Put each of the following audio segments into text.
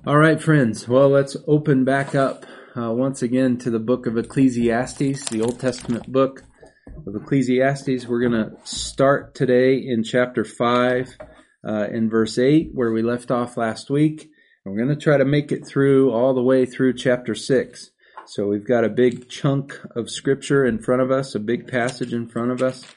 All right, friends. Well, let's open back up once again to the book of Ecclesiastes, the Old Testament book of Ecclesiastes. We're going to start today in chapter 5 in verse 8, where we left off last week. And we're going to try to make it through all the way through chapter 6. So we've got a big chunk of scripture in front of us, a big passage in front of us.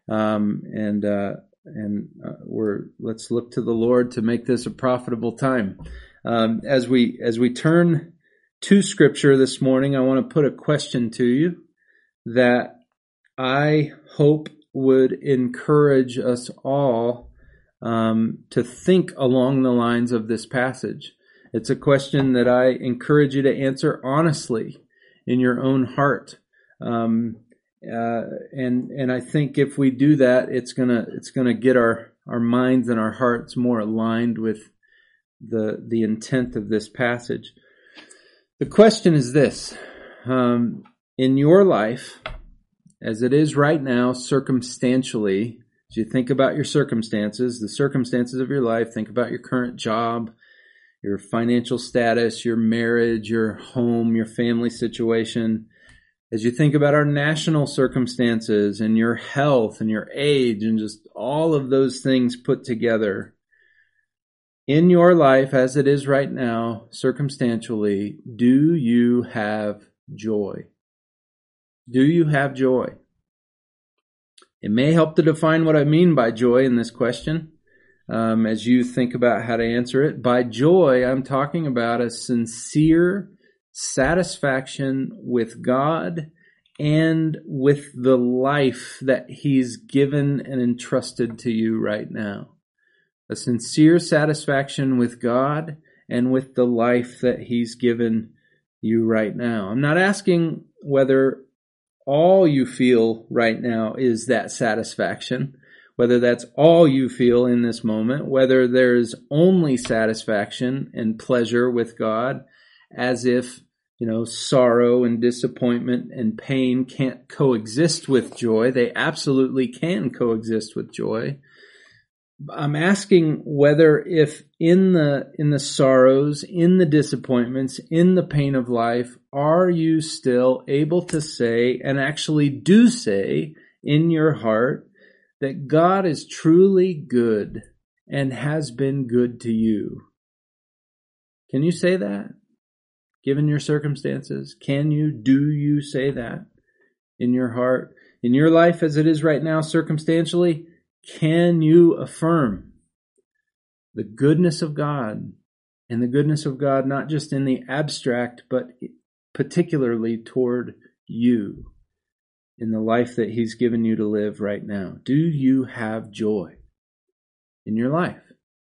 Let's look to the Lord to make this a profitable time. As we turn to Scripture this morning, I want to put a question to you that I hope would encourage us all to think along the lines of this passage. It's a question that I encourage you to answer honestly in your own heart. And I think if we do that, it's gonna get our minds and our hearts more aligned with the intent of this passage. The question is this: in your life, as it is right now, circumstantially, as you think about your circumstances, the circumstances of your life, think about your current job, your financial status, your marriage, your home, your family situation. As you think about our national circumstances and your health and your age and just all of those things put together, in your life as it is right now, circumstantially, do you have joy? Do you have joy? It may help to define what I mean by joy in this question as you think about how to answer it. By joy, I'm talking about a sincere satisfaction with God and with the life that He's given and entrusted to you right now. A sincere satisfaction with God and with the life that He's given you right now. I'm not asking whether all you feel right now is that satisfaction, whether that's all you feel in this moment, whether there's only satisfaction and pleasure with God, as if, sorrow and disappointment and pain can't coexist with joy. They absolutely can coexist with joy. I'm asking whether if in the sorrows, in the disappointments, in the pain of life, are you still able to say, and actually do say in your heart, that God is truly good and has been good to you? Can you say that? Given your circumstances, do you say that in your heart? In your life as it is right now, circumstantially, can you affirm the goodness of God, and the goodness of God not just in the abstract, but particularly toward you in the life that He's given you to live right now? Do you have joy in your life?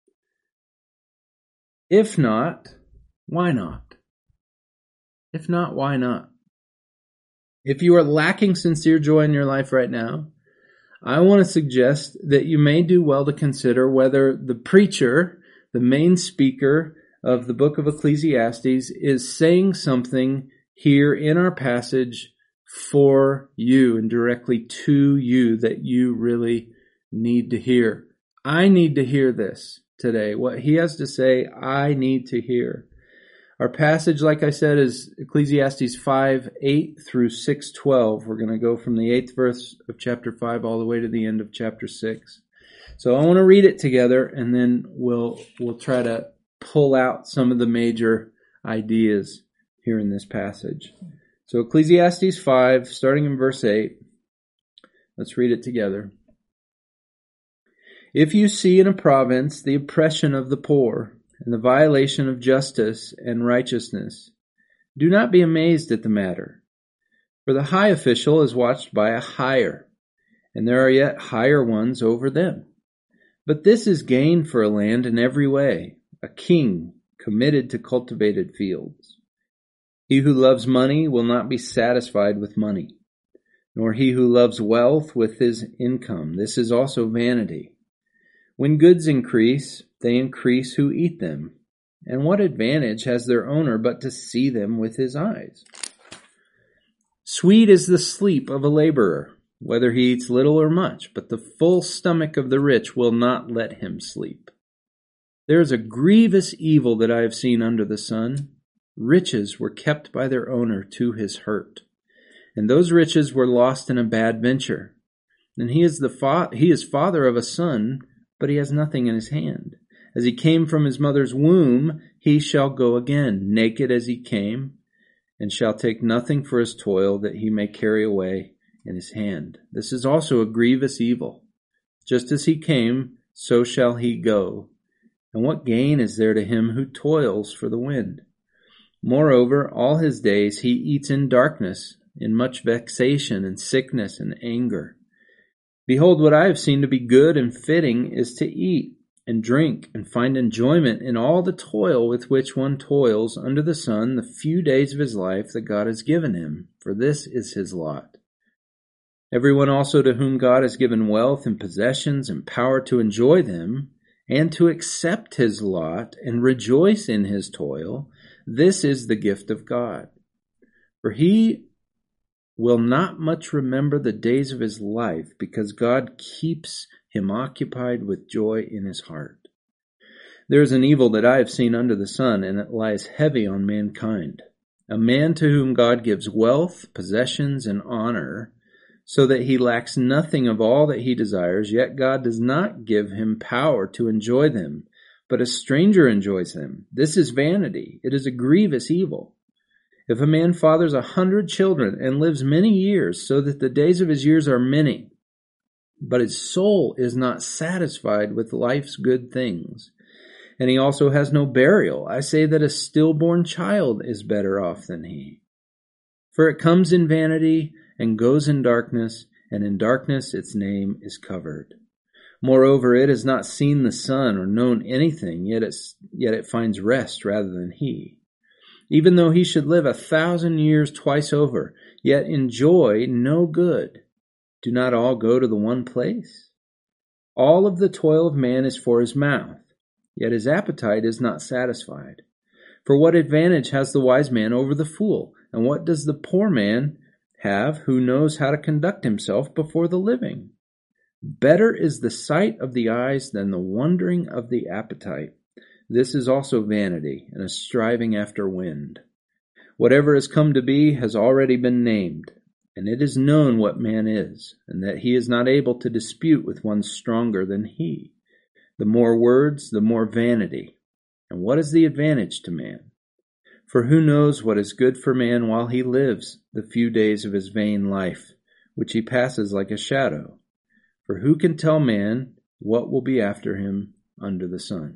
If not, why not? If not, why not? If you are lacking sincere joy in your life right now, I want to suggest that you may do well to consider whether the preacher, the main speaker of the book of Ecclesiastes, is saying something here in our passage for you and directly to you that you really need to hear. I need to hear this today. What he has to say, I need to hear. Our passage, like I said, is Ecclesiastes 5:8 through 6:12. We're going to go from the 8th verse of chapter 5 all the way to the end of chapter 6. So I want to read it together, and then we'll try to pull out some of the major ideas here in this passage. So Ecclesiastes 5, starting in verse 8. Let's read it together. If you see in a province the oppression of the poor, and the violation of justice and righteousness, do not be amazed at the matter. For the high official is watched by a higher, and there are yet higher ones over them. But this is gain for a land in every way, a king committed to cultivated fields. He who loves money will not be satisfied with money, nor he who loves wealth with his income. This is also vanity. When goods increase, they increase who eat them. And what advantage has their owner but to see them with his eyes? Sweet is the sleep of a laborer, whether he eats little or much, but the full stomach of the rich will not let him sleep. There is a grievous evil that I have seen under the sun. Riches were kept by their owner to his hurt, and those riches were lost in a bad venture. And he is father of a son, but he has nothing in his hand. As he came from his mother's womb, he shall go again, naked as he came, and shall take nothing for his toil that he may carry away in his hand. This is also a grievous evil. Just as he came, so shall he go. And what gain is there to him who toils for the wind? Moreover, all his days he eats in darkness, in much vexation and sickness and anger. Behold, what I have seen to be good and fitting is to eat and drink and find enjoyment in all the toil with which one toils under the sun the few days of his life that God has given him, for this is his lot. Everyone also to whom God has given wealth and possessions and power to enjoy them, and to accept his lot and rejoice in his toil, this is the gift of God. For he will not much remember the days of his life, because God keeps him occupied with joy in his heart. There is an evil that I have seen under the sun, and it lies heavy on mankind. A man to whom God gives wealth, possessions, and honor, so that he lacks nothing of all that he desires, yet God does not give him power to enjoy them, but a stranger enjoys them. This is vanity. It is a grievous evil. If a man fathers 100 children and lives many years, so that the days of his years are many, but his soul is not satisfied with life's good things, and he also has no burial, I say that a stillborn child is better off than he. For it comes in vanity and goes in darkness, and in darkness its name is covered. Moreover, it has not seen the sun or known anything, yet it finds rest rather than he. Even though he should live 1,000 years twice over, yet enjoy no good. Do not all go to the one place? All of the toil of man is for his mouth, yet his appetite is not satisfied. For what advantage has the wise man over the fool? And what does the poor man have who knows how to conduct himself before the living? Better is the sight of the eyes than the wandering of the appetite. This is also vanity and a striving after wind. Whatever has come to be has already been named, and it is known what man is, and that he is not able to dispute with one stronger than he. The more words, the more vanity. And what is the advantage to man? For who knows what is good for man while he lives the few days of his vain life, which he passes like a shadow? For who can tell man what will be after him under the sun?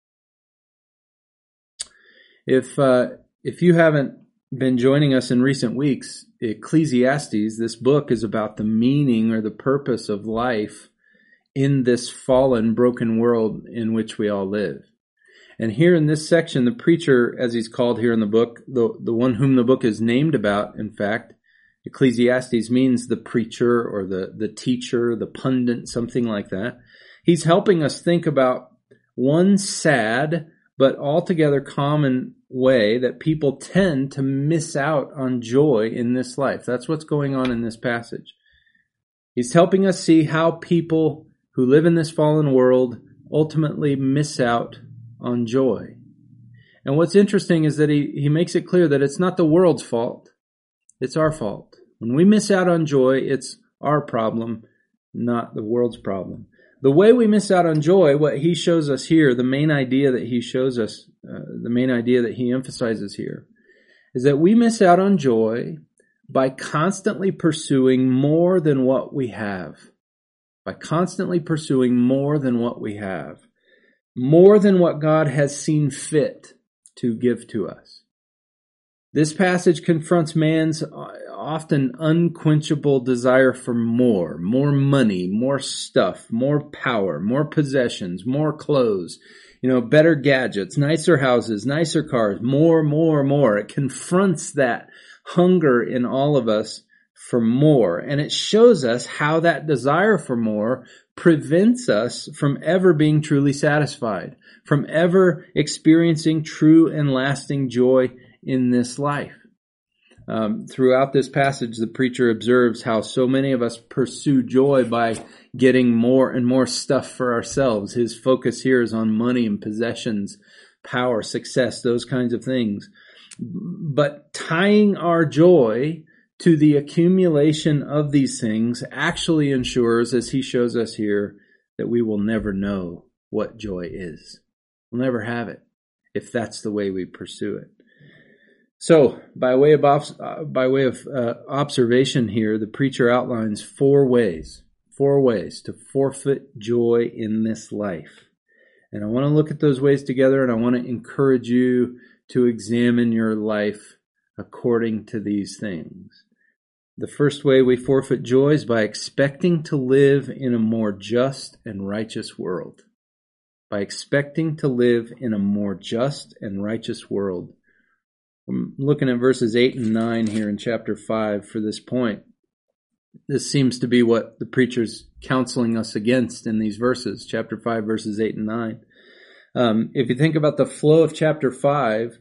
If you haven't been joining us in recent weeks, Ecclesiastes, this book is about the meaning or the purpose of life in this fallen, broken world in which we all live. And here in this section, the preacher, as he's called here in the book, the one whom the book is named about, in fact, Ecclesiastes means the preacher or the teacher, the pundit, something like that. He's helping us think about one sad but altogether common way that people tend to miss out on joy in this life. That's what's going on in this passage. He's helping us see how people who live in this fallen world ultimately miss out on joy. And what's interesting is that he makes it clear that it's not the world's fault. It's our fault. When we miss out on joy, it's our problem, not the world's problem. The way we miss out on joy, what he shows us here, the main idea that he shows us, the main idea that he emphasizes here, is that we miss out on joy by constantly pursuing more than what we have. By constantly pursuing more than what we have. More than what God has seen fit to give to us. This passage confronts man's often unquenchable desire for more money, more stuff, more power, more possessions, more clothes, better gadgets, nicer houses, nicer cars, more. It confronts that hunger in all of us for more. And it shows us how that desire for more prevents us from ever being truly satisfied, from ever experiencing true and lasting joy in this life. Throughout this passage, the preacher observes how so many of us pursue joy by getting more and more stuff for ourselves. His focus here is on money and possessions, power, success, those kinds of things. But tying our joy to the accumulation of these things actually ensures, as he shows us here, that we will never know what joy is. We'll never have it if that's the way we pursue it. So, by way of observation here, the preacher outlines four ways to forfeit joy in this life. And I want to look at those ways together, and I want to encourage you to examine your life according to these things. The first way we forfeit joy is by expecting to live in a more just and righteous world. By expecting to live in a more just and righteous world. I'm looking at verses 8 and 9 here in chapter 5 for this point. This seems to be what the preacher's counseling us against in these verses, chapter 5, verses 8 and 9. If you think about the flow of chapter 5,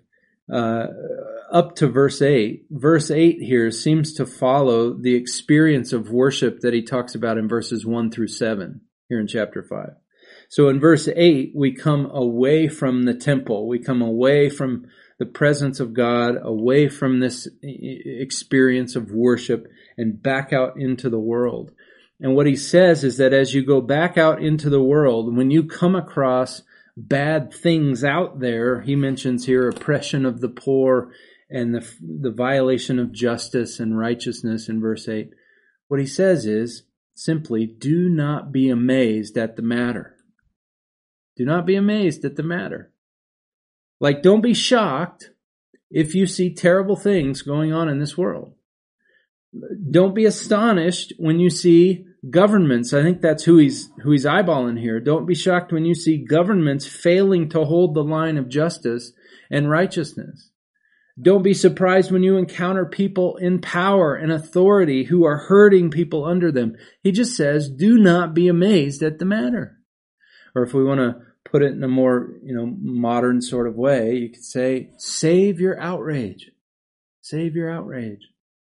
up to verse 8 here seems to follow the experience of worship that he talks about in verses 1 through 7 here in chapter 5. So in verse 8, we come away from the temple. We come away from the presence of God, away from this experience of worship, and back out into the world. And what he says is that as you go back out into the world, when you come across bad things out there, he mentions here oppression of the poor and the violation of justice and righteousness in verse 8. What he says is simply, do not be amazed at the matter. Do not be amazed at the matter. Like, don't be shocked if you see terrible things going on in this world. Don't be astonished when you see governments. I think that's who he's eyeballing here. Don't be shocked when you see governments failing to hold the line of justice and righteousness. Don't be surprised when you encounter people in power and authority who are hurting people under them. He just says, do not be amazed at the matter. Or if we want to put it in a more, modern sort of way, you could say, save your outrage. Save your outrage.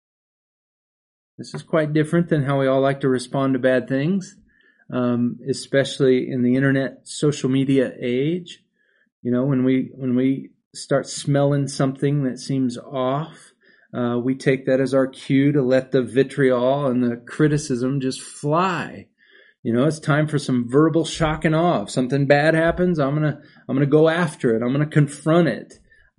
This is quite different than how we all like to respond to bad things, especially in the internet, social media age. When we start smelling something that seems off, we take that as our cue to let the vitriol and the criticism just fly. It's time for some verbal shock and awe. If something bad happens, I'm gonna go after it. I'm gonna confront it.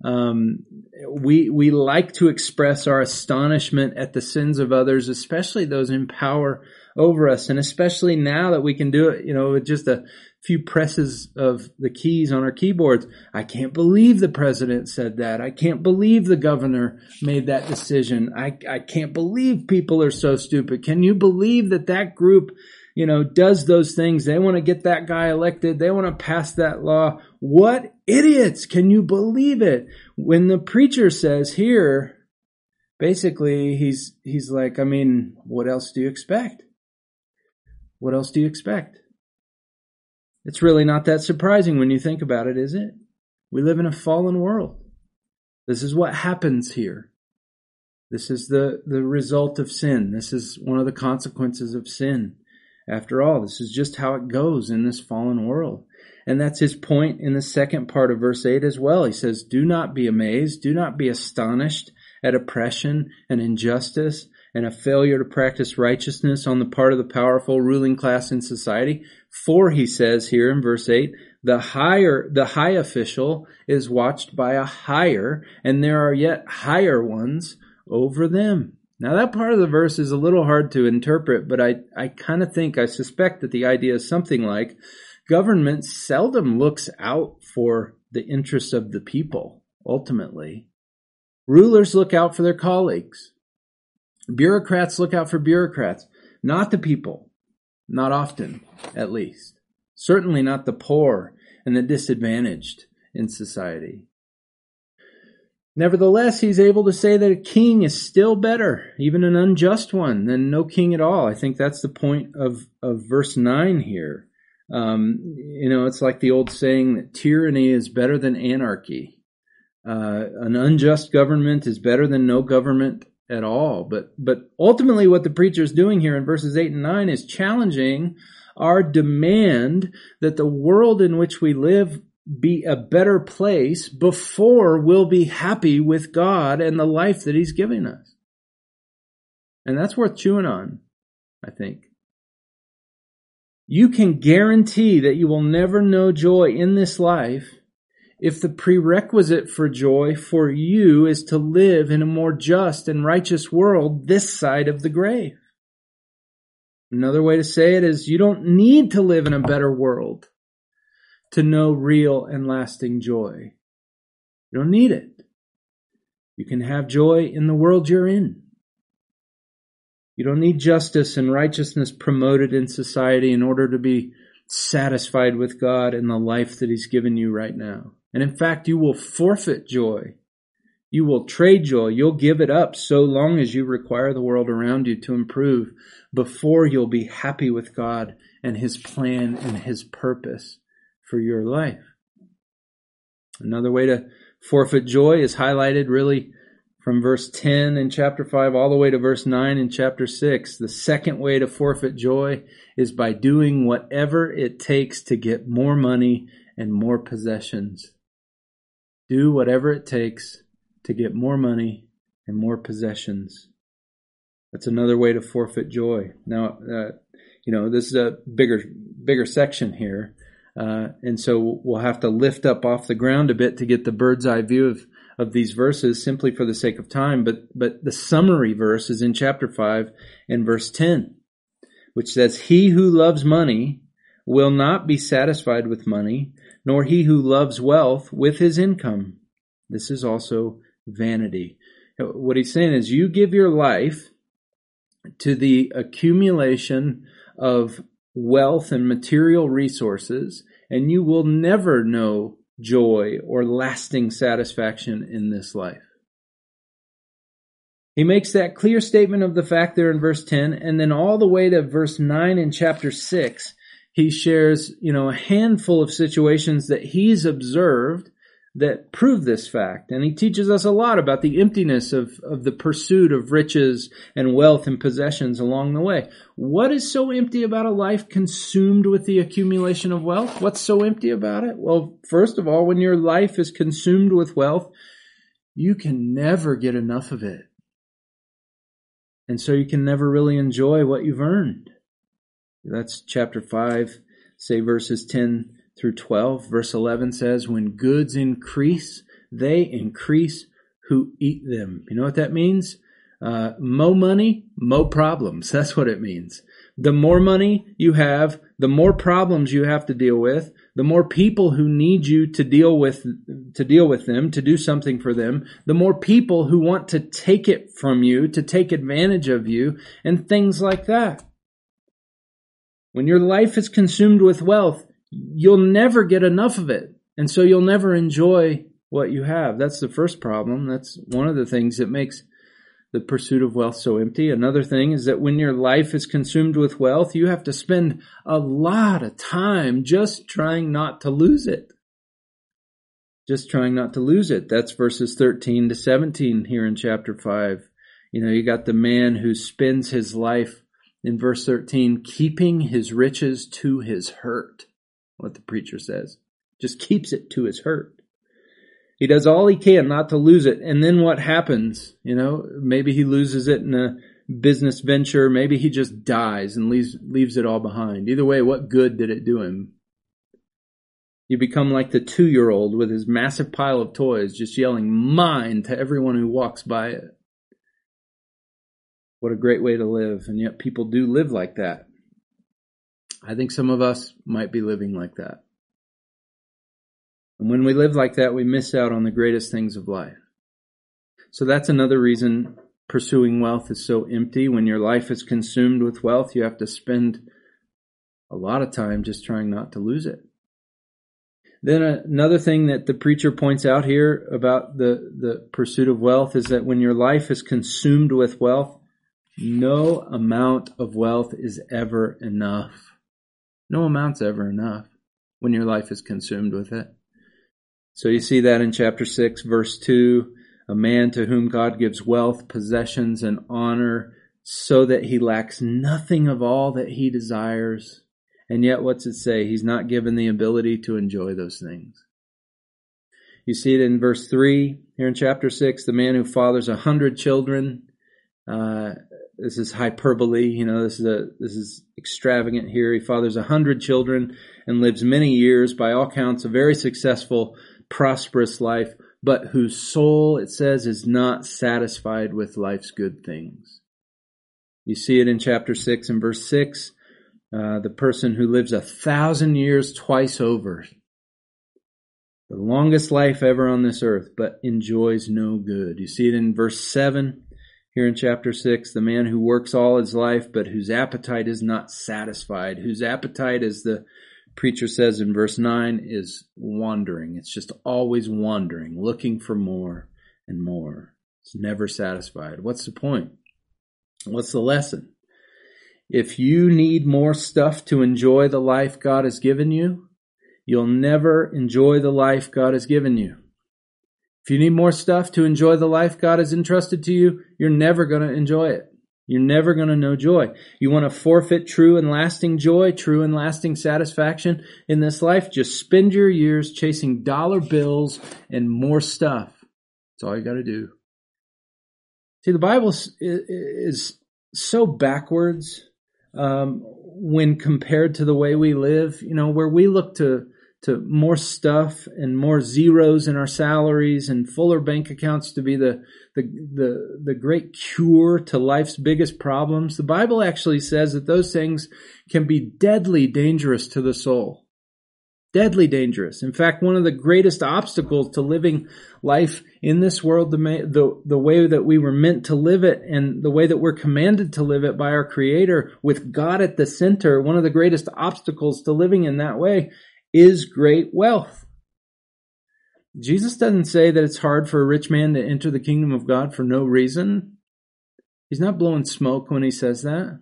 We like to express our astonishment at the sins of others, especially those in power over us, and especially now that we can do it, with just a few presses of the keys on our keyboards. I can't believe the president said that. I can't believe the governor made that decision. I can't believe people are so stupid. Can you believe that group does those things? They want to get that guy elected. They want to pass that law. What idiots! Can you believe it? When the preacher says here, basically he's like, what else do you expect? What else do you expect? It's really not that surprising when you think about it, is it? We live in a fallen world. This is what happens here. This is the result of sin. This is one of the consequences of sin. After all, this is just how it goes in this fallen world. And that's his point in the second part of verse 8 as well. He says, do not be amazed, do not be astonished at oppression and injustice and a failure to practice righteousness on the part of the powerful ruling class in society. For, he says here in verse 8, the high official is watched by a higher, and there are yet higher ones over them. Now that part of the verse is a little hard to interpret, but I suspect that the idea is something like, government seldom looks out for the interests of the people, ultimately. Rulers look out for their colleagues. Bureaucrats look out for bureaucrats, not the people. Not often, at least. Certainly not the poor and the disadvantaged in society. Nevertheless, he's able to say that a king is still better, even an unjust one, than no king at all. I think that's the point of verse 9 here. It's like the old saying that tyranny is better than anarchy. An unjust government is better than no government at all. But ultimately what the preacher is doing here in verses 8 and 9 is challenging our demand that the world in which we live be a better place before we'll be happy with God and the life that He's giving us. And that's worth chewing on, I think. You can guarantee that you will never know joy in this life if the prerequisite for joy for you is to live in a more just and righteous world this side of the grave. Another way to say it is you don't need to live in a better world to know real and lasting joy. You don't need it. You can have joy in the world you're in. You don't need justice and righteousness promoted in society in order to be satisfied with God and the life that He's given you right now. And in fact, you will forfeit joy. You will trade joy. You'll give it up so long as you require the world around you to improve before you'll be happy with God and His plan and His purpose for your life. Another way to forfeit joy is highlighted really from verse 10 in chapter 5 all the way to verse 9 in chapter 6. The second way to forfeit joy is by doing whatever it takes to get more money and more possessions. Do whatever it takes to get more money and more possessions. That's another way to forfeit joy. Now, this is a bigger section here. And so we'll have to lift up off the ground a bit to get the bird's eye view of these verses simply for the sake of time. But the summary verse is in chapter 5 and verse 10, which says, "He who loves money will not be satisfied with money, nor he who loves wealth with his income. This is also vanity." What he's saying is you give your life to the accumulation of wealth and material resources, and you will never know joy or lasting satisfaction in this life. He makes that clear statement of the fact there in verse 10, and then all the way to verse 9 in chapter 6, he shares, a handful of situations that he's observed that prove this fact. And he teaches us a lot about the emptiness of the pursuit of riches and wealth and possessions along the way. What is so empty about a life consumed with the accumulation of wealth? What's so empty about it? Well, first of all, when your life is consumed with wealth, you can never get enough of it. And so you can never really enjoy what you've earned. That's chapter 5, say verses 10 through 12. Verse 11 says, "When goods increase, they increase who eat them." You know what that means? Mo money, mo problems. That's what it means. The more money you have, the more problems you have to deal with, the more people who need you to deal with them, to do something for them, the more people who want to take it from you, to take advantage of you, and things like that. When your life is consumed with wealth, you'll never get enough of it. And so you'll never enjoy what you have. That's the first problem. That's one of the things that makes the pursuit of wealth so empty. Another thing is that when your life is consumed with wealth, you have to spend a lot of time just trying not to lose it. Just trying not to lose it. That's verses 13 to 17 here in chapter 5. You got the man who spends his life in verse 13, keeping his riches to his hurt. What the preacher says. Just keeps it to his hurt. He does all he can not to lose it. And then what happens? Maybe he loses it in a business venture. Maybe he just dies and leaves it all behind. Either way, what good did it do him? You become like the 2-year-old with his massive pile of toys, just yelling "mine" to everyone who walks by it. What a great way to live. And yet people do live like that. I think some of us might be living like that. And when we live like that, we miss out on the greatest things of life. So that's another reason pursuing wealth is so empty. When your life is consumed with wealth, you have to spend a lot of time just trying not to lose it. Then another thing that the preacher points out here about the pursuit of wealth is that when your life is consumed with wealth, no amount of wealth is ever enough. No amount's ever enough when your life is consumed with it. So you see that in chapter 6, verse 2. a man to whom God gives wealth, possessions, and honor, so that he lacks nothing of all that he desires. And yet, what's it say? He's not given the ability to enjoy those things. You see it in verse 3 here in chapter 6, the man who fathers 100 children. This is hyperbole, this is extravagant here. He fathers 100 children and lives many years, by all counts, a very successful, prosperous life, but whose soul, it says, is not satisfied with life's good things. You see it in chapter 6 and verse 6. The person who lives 1,000 years twice over, the longest life ever on this earth, but enjoys no good. You see it in verse 7 here in chapter 6, the man who works all his life, but whose appetite is not satisfied, whose appetite, as the preacher says in verse 9, is wandering. It's just always wandering, looking for more and more. It's never satisfied. What's the point? What's the lesson? If you need more stuff to enjoy the life God has given you, you'll never enjoy the life God has given you. If you need more stuff to enjoy the life God has entrusted to you, you're never going to enjoy it. You're never going to know joy. You want to forfeit true and lasting joy, true and lasting satisfaction in this life? Just spend your years chasing dollar bills and more stuff. That's all you got to do. See, the Bible is so backwards when compared to the way we live, where we look to more stuff and more zeros in our salaries and fuller bank accounts to be the great cure to life's biggest problems. The Bible actually says that those things can be deadly dangerous to the soul. Deadly dangerous. In fact, one of the greatest obstacles to living life in this world, the way that we were meant to live it and the way that we're commanded to live it by our Creator with God at the center, one of the greatest obstacles to living in that way is great wealth. Jesus doesn't say that it's hard for a rich man to enter the kingdom of God for no reason. He's not blowing smoke when he says that.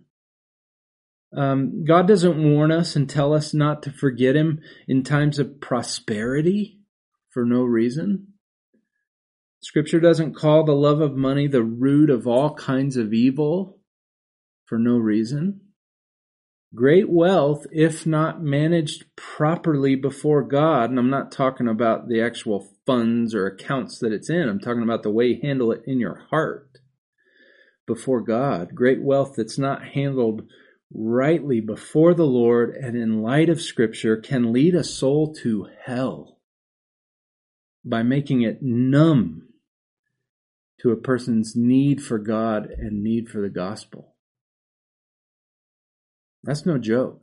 God doesn't warn us and tell us not to forget Him in times of prosperity for no reason. Scripture doesn't call the love of money the root of all kinds of evil for no reason. Great wealth, if not managed properly before God, and I'm not talking about the actual funds or accounts that it's in, I'm talking about the way you handle it in your heart before God. Great wealth that's not handled rightly before the Lord and in light of Scripture can lead a soul to hell by making it numb to a person's need for God and need for the gospel. That's no joke.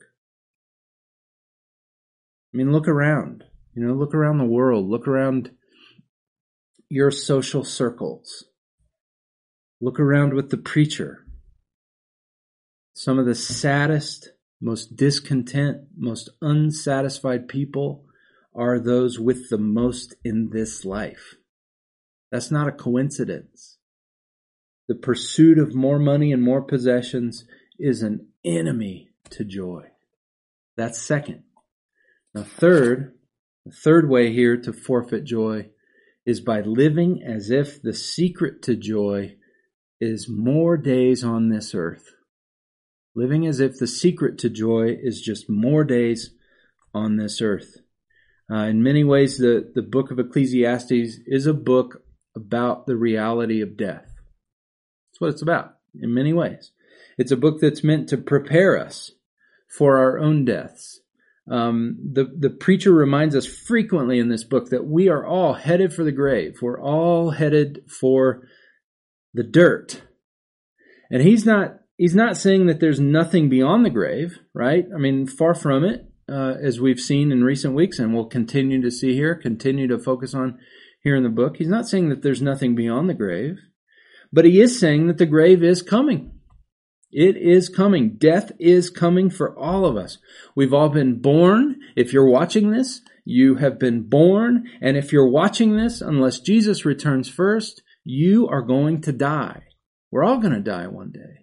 I mean, look around. Look around the world. Look around your social circles. Look around with the preacher. Some of the saddest, most discontent, most unsatisfied people are those with the most in this life. That's not a coincidence. The pursuit of more money and more possessions is an enemy to joy. That's second. Now the third way here to forfeit joy is by living as if the secret to joy is more days on this earth. Living as if the secret to joy is just more days on this earth. In many ways, the book of Ecclesiastes is a book about the reality of death. That's what it's about, in many ways. It's a book that's meant to prepare us for our own deaths. The preacher reminds us frequently in this book that we are all headed for the grave. We're all headed for the dirt. And he's not saying that there's nothing beyond the grave, right? I mean, far from it, as we've seen in recent weeks, and we'll continue to see here, continue to focus on here in the book. He's not saying that there's nothing beyond the grave, but he is saying that the grave is coming. It is coming. Death is coming for all of us. We've all been born. If you're watching this, you have been born. And if you're watching this, unless Jesus returns first, you are going to die. We're all going to die one day.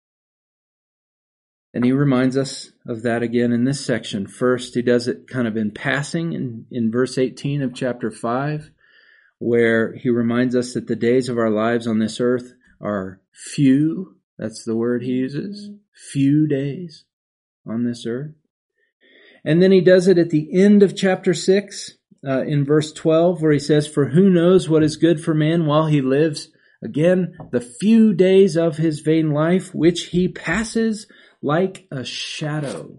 And he reminds us of that again in this section. First, he does it kind of in passing in verse 18 of chapter 5, where he reminds us that the days of our lives on this earth are few. That's the word he uses. Few days on this earth. And then he does it at the end of chapter 6, in verse 12, where he says, "For who knows what is good for man while he lives? Again, the few days of his vain life, which he passes like a shadow."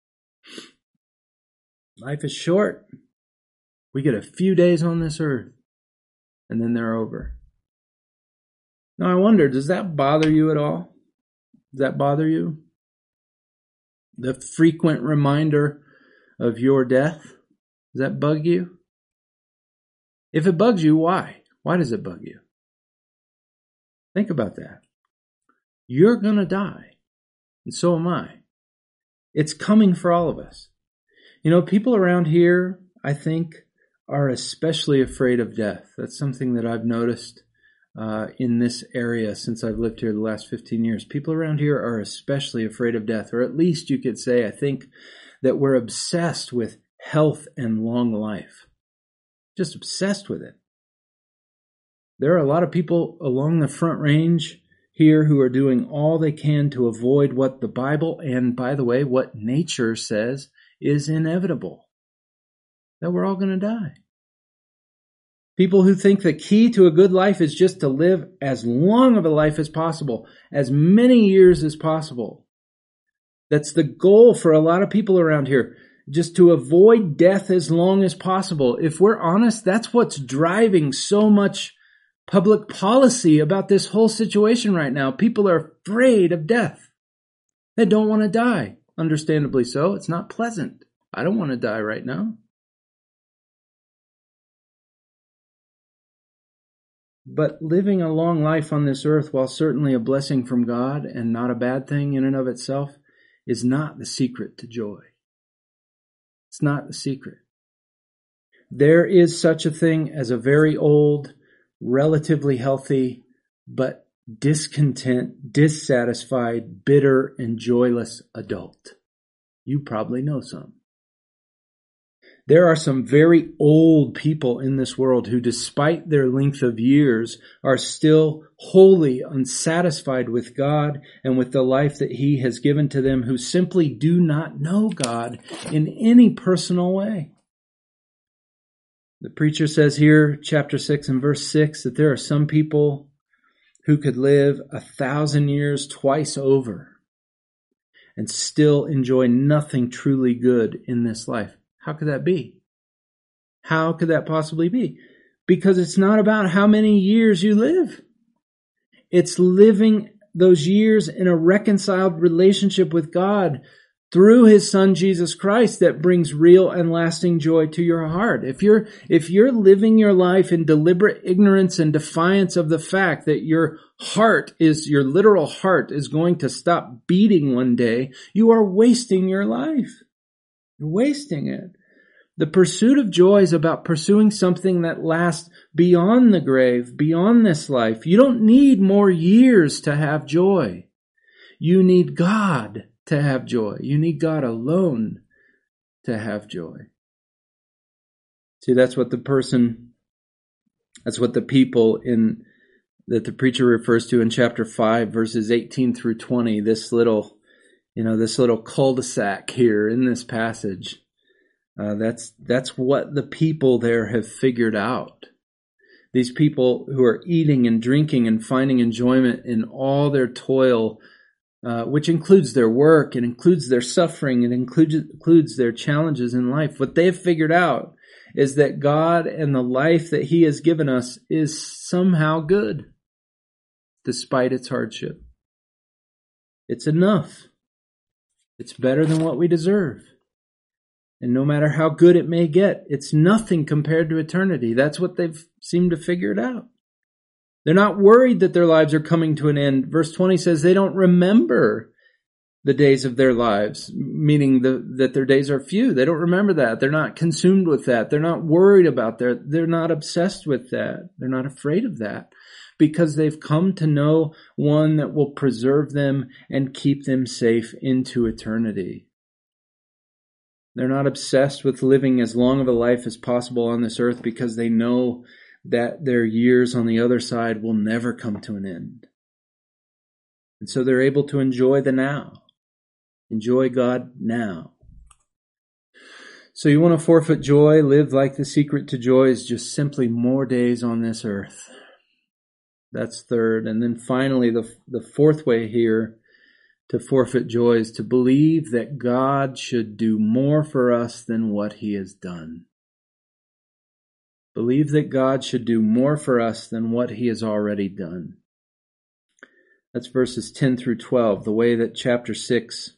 Life is short. We get a few days on this earth, and then they're over. Now I wonder, does that bother you at all? Does that bother you? The frequent reminder of your death? Does that bug you? If it bugs you, why? Why does it bug you? Think about that. You're going to die, and so am I. It's coming for all of us. You know, people around here, I think, are especially afraid of death. That's something that I've noticed in this area since I've lived here the last 15 years. People around here are especially afraid of death, or at least you could say, I think, that we're obsessed with health and long life. Just obsessed with it. There are a lot of people along the Front Range here who are doing all they can to avoid what the Bible, and by the way, what nature says is inevitable. That we're all going to die. People who think the key to a good life is just to live as long of a life as possible, as many years as possible. That's the goal for a lot of people around here, just to avoid death as long as possible. If we're honest, that's what's driving so much public policy about this whole situation right now. People are afraid of death. They don't want to die. Understandably so. It's not pleasant. I don't want to die right now. But living a long life on this earth, while certainly a blessing from God and not a bad thing in and of itself, is not the secret to joy. It's not the secret. There is such a thing as a very old, relatively healthy, but discontent, dissatisfied, bitter, and joyless adult. You probably know some. There are some very old people in this world who, despite their length of years, are still wholly unsatisfied with God and with the life that He has given to them, who simply do not know God in any personal way. The preacher says here, chapter 6 and verse 6, that there are some people who could live 1,000 years twice over and still enjoy nothing truly good in this life. How could that be? How could that possibly be? Because it's not about how many years you live. It's living those years in a reconciled relationship with God through His Son, Jesus Christ, that brings real and lasting joy to your heart. If you're living your life in deliberate ignorance and defiance of the fact that your literal heart is going to stop beating one day, you are wasting your life. You're wasting it. The pursuit of joy is about pursuing something that lasts beyond the grave, beyond this life. You don't need more years to have joy. You need God to have joy. You need God alone to have joy. See, that's what the people that the preacher refers to in chapter 5, verses 18 through 20, this little cul-de-sac here in this passage. That's what the people there have figured out. These people who are eating and drinking and finding enjoyment in all their toil, which includes their work, it includes their suffering, it includes their challenges in life. What they've figured out is that God and the life that He has given us is somehow good, despite its hardship. It's enough. It's better than what we deserve. And no matter how good it may get, it's nothing compared to eternity. That's what they've seemed to figure it out. They're not worried that their lives are coming to an end. Verse 20 says they don't remember the days of their lives, meaning that their days are few. They don't remember that. They're not consumed with that. They're not worried about that. They're not obsessed with that. They're not afraid of that, because they've come to know one that will preserve them and keep them safe into eternity. They're not obsessed with living as long of a life as possible on this earth, because they know that their years on the other side will never come to an end. And so they're able to enjoy the now. Enjoy God now. So you want to forfeit joy, live like the secret to joy is just simply more days on this earth. That's third. And then finally, the fourth way here to forfeit joy is to believe that God should do more for us than what he has done. Believe that God should do more for us than what he has already done. That's verses 10 through 12. The way that chapter 6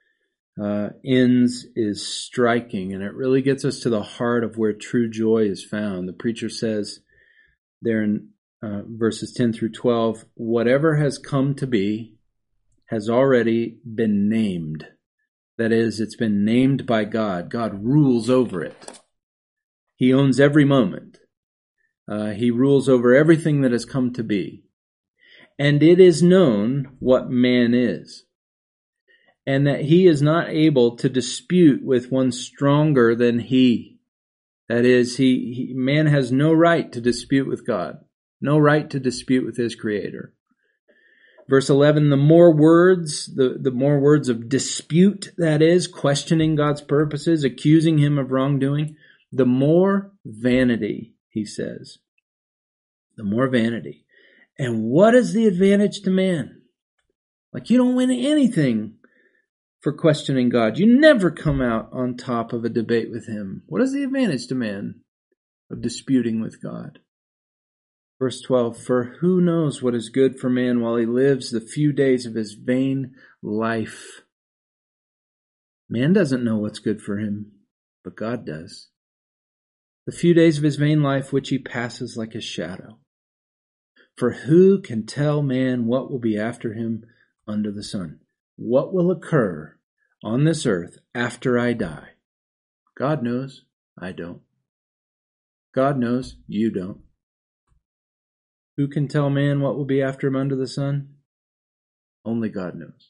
ends is striking, and it really gets us to the heart of where true joy is found. The preacher says there in verses 10 through 12, whatever has come to be has already been named. That is, it's been named by God. God rules over it. He owns every moment. He rules over everything that has come to be. And it is known what man is, and that he is not able to dispute with one stronger than he. That is, man has no right to dispute with God, no right to dispute with his Creator. Verse 11, the more words of dispute, that is, questioning God's purposes, accusing him of wrongdoing, the more vanity, he says. The more vanity. And what is the advantage to man? Like, you don't win anything for questioning God. You never come out on top of a debate with him. What is the advantage to man of disputing with God? Verse 12, for who knows what is good for man while he lives the few days of his vain life? Man doesn't know what's good for him, but God does. The few days of his vain life which he passes like a shadow. For who can tell man what will be after him under the sun? What will occur on this earth after I die? God knows, I don't. God knows, you don't. Who can tell man what will be after him under the sun? Only God knows.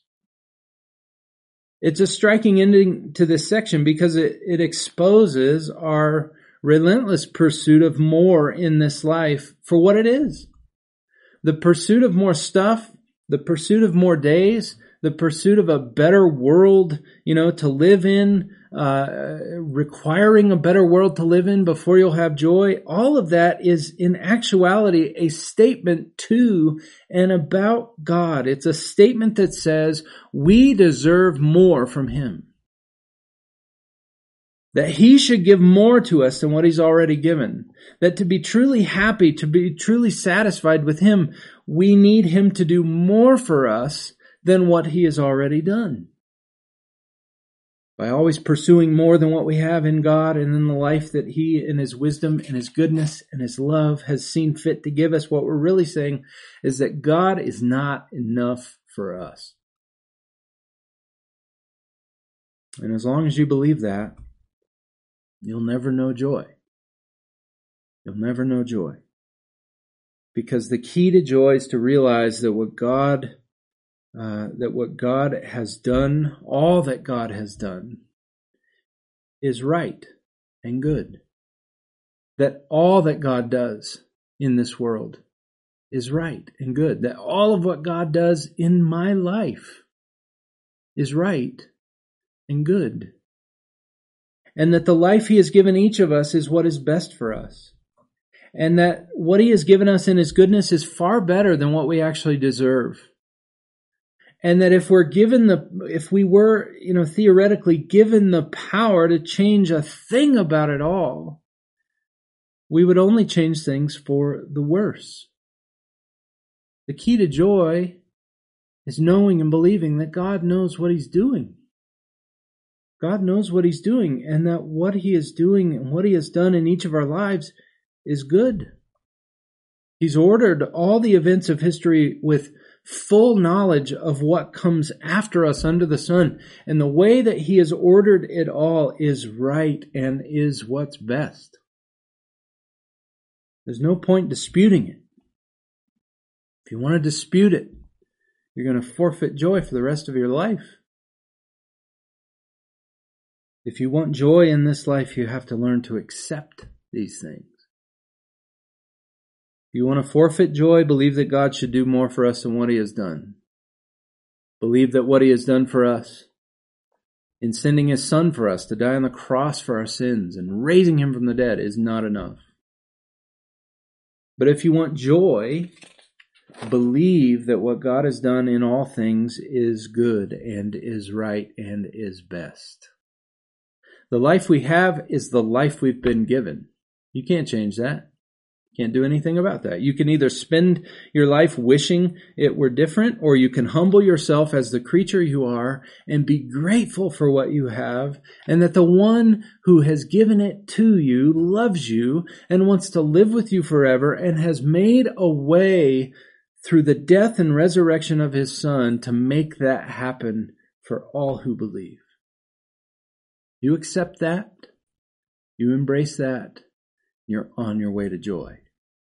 It's a striking ending to this section because it exposes our relentless pursuit of more in this life for what it is. The pursuit of more stuff, the pursuit of more days, the pursuit of a better world, to live in, requiring a better world to live in before you'll have joy. All of that is in actuality a statement to and about God. It's a statement that says we deserve more from him. That he should give more to us than what he's already given. That to be truly happy, to be truly satisfied with him, we need him to do more for us than what he has already done. By always pursuing more than what we have in God and in the life that he, in his wisdom and his goodness and his love, has seen fit to give us, what we're really saying is that God is not enough for us. And as long as you believe that, you'll never know joy. You'll never know joy. Because the key to joy is to realize that what God has done, all that God has done, is right and good. That all that God does in this world is right and good. That all of what God does in my life is right and good. And that the life he has given each of us is what is best for us. And that what he has given us in his goodness is far better than what we actually deserve. And that if we were theoretically given the power to change a thing about it all, we would only change things for the worse. The key to joy is knowing and believing that God knows what he's doing. God knows what he's doing, and that what he is doing and what he has done in each of our lives is good. He's ordered all the events of history with full knowledge of what comes after us under the sun. And the way that he has ordered it all is right and is what's best. There's no point disputing it. If you want to dispute it, you're going to forfeit joy for the rest of your life. If you want joy in this life, you have to learn to accept these things. you want to forfeit joy, believe that God should do more for us than what he has done. Believe that what he has done for us in sending his son for us to die on the cross for our sins and raising him from the dead is not enough. But if you want joy, believe that what God has done in all things is good and is right and is best. The life we have is the life we've been given. You can't change that. Can't do anything about that. You can either spend your life wishing it were different, or you can humble yourself as the creature you are and be grateful for what you have, and that the one who has given it to you loves you and wants to live with you forever and has made a way through the death and resurrection of his son to make that happen for all who believe. You accept that, you embrace that, you're on your way to joy.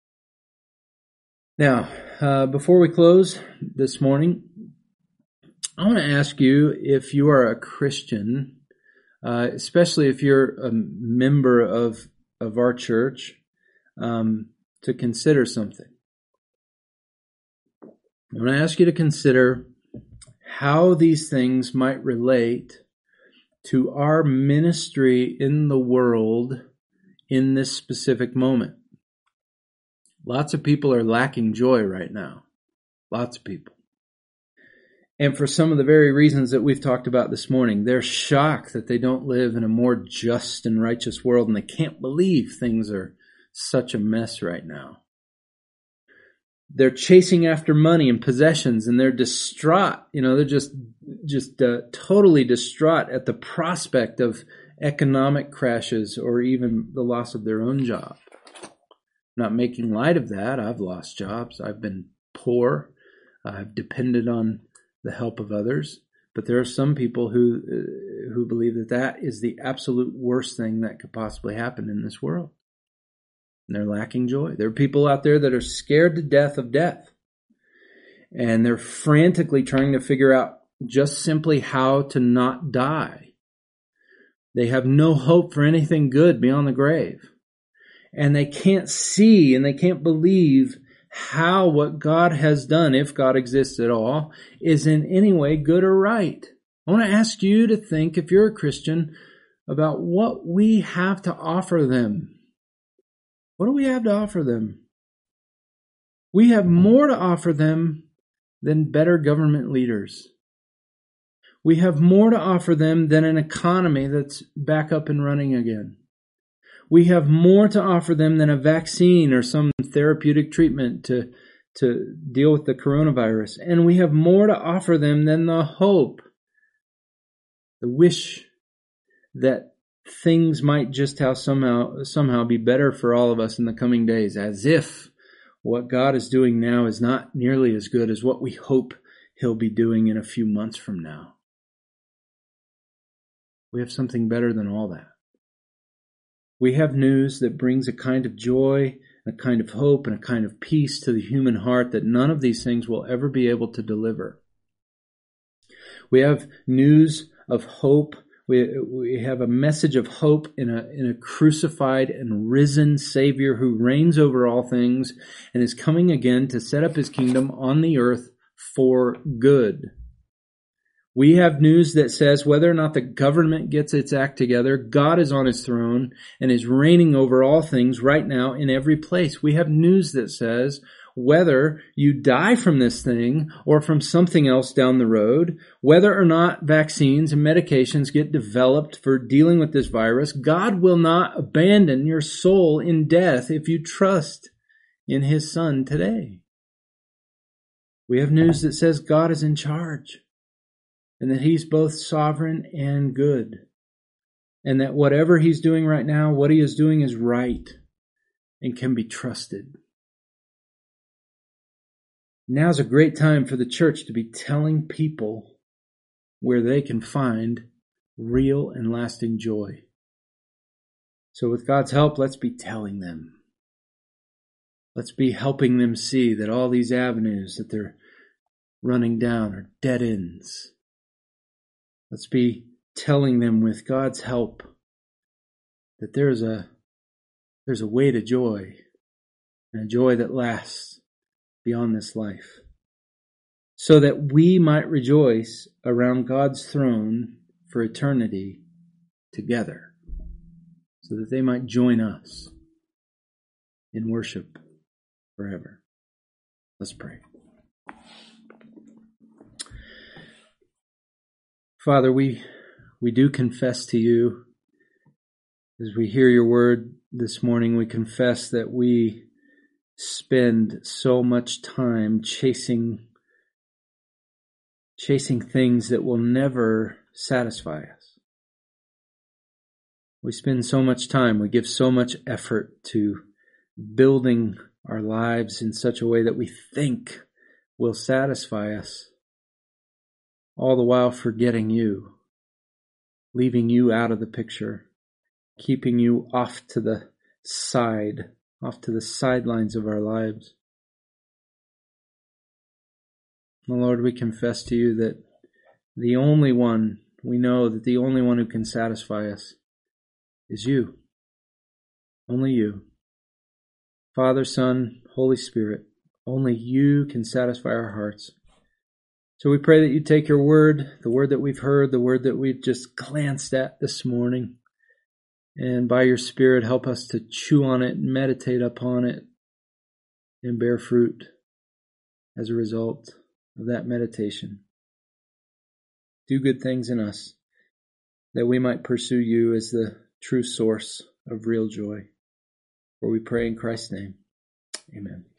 Now, before we close this morning, I want to ask you, if you are a Christian, especially if you're a member of our church, to consider something. I want to ask you to consider how these things might relate to our ministry in the world in this specific moment. Lots of people are lacking joy right now. Lots of people. And for some of the very reasons that we've talked about this morning, they're shocked that they don't live in a more just and righteous world, and they can't believe things are such a mess right now. They're chasing after money and possessions, and they're distraught. They're just totally distraught at the prospect of economic crashes or even the loss of their own job. Not making light of that. I've lost jobs. I've been poor. I've depended on the help of others. But there are some people who believe that is the absolute worst thing that could possibly happen in this world. And they're lacking joy. There are people out there that are scared to death of death. And they're frantically trying to figure out just simply how to not die. They have no hope for anything good beyond the grave. And they can't see and they can't believe how what God has done, if God exists at all, is in any way good or right. I want to ask you to think, if you're a Christian, about what we have to offer them. What do we have to offer them? We have more to offer them than better government leaders. We have more to offer them than an economy that's back up and running again. We have more to offer them than a vaccine or some therapeutic treatment to deal with the coronavirus. And we have more to offer them than the hope, the wish that things might just somehow be better for all of us in the coming days, as if what God is doing now is not nearly as good as what we hope he'll be doing in a few months from now. We have something better than all that. We have news that brings a kind of joy, a kind of hope, and a kind of peace to the human heart that none of these things will ever be able to deliver. We have news of hope. We have a message of hope in a crucified and risen Savior who reigns over all things and is coming again to set up his kingdom on the earth for good. We have news that says whether or not the government gets its act together, God is on his throne and is reigning over all things right now in every place. We have news that says whether you die from this thing or from something else down the road, whether or not vaccines and medications get developed for dealing with this virus, God will not abandon your soul in death if you trust in his Son today. We have news that says God is in charge, and that he's both sovereign and good. And that whatever he's doing right now, what he is doing is right and can be trusted. Now's a great time for the church to be telling people where they can find real and lasting joy. So with God's help, let's be telling them. Let's be helping them see that all these avenues that they're running down are dead ends. Let's be telling them with God's help that there's a way to joy and a joy that lasts beyond this life, so that we might rejoice around God's throne for eternity together, so that they might join us in worship forever. Let's pray. Father, we do confess to you, as we hear your word this morning, we confess that we spend so much time chasing things that will never satisfy us. We spend so much time, we give so much effort to building our lives in such a way that we think will satisfy us, all the while forgetting you, leaving you out of the picture, keeping you off to the sidelines of our lives. Lord, we confess to you that we know that the only one who can satisfy us is you. Only you. Father, Son, Holy Spirit, only you can satisfy our hearts. So we pray that you take your word, the word that we've heard, the word that we've just glanced at this morning, and by your Spirit help us to chew on it, meditate upon it, and bear fruit as a result of that meditation. Do good things in us, that we might pursue you as the true source of real joy. For we pray in Christ's name. Amen.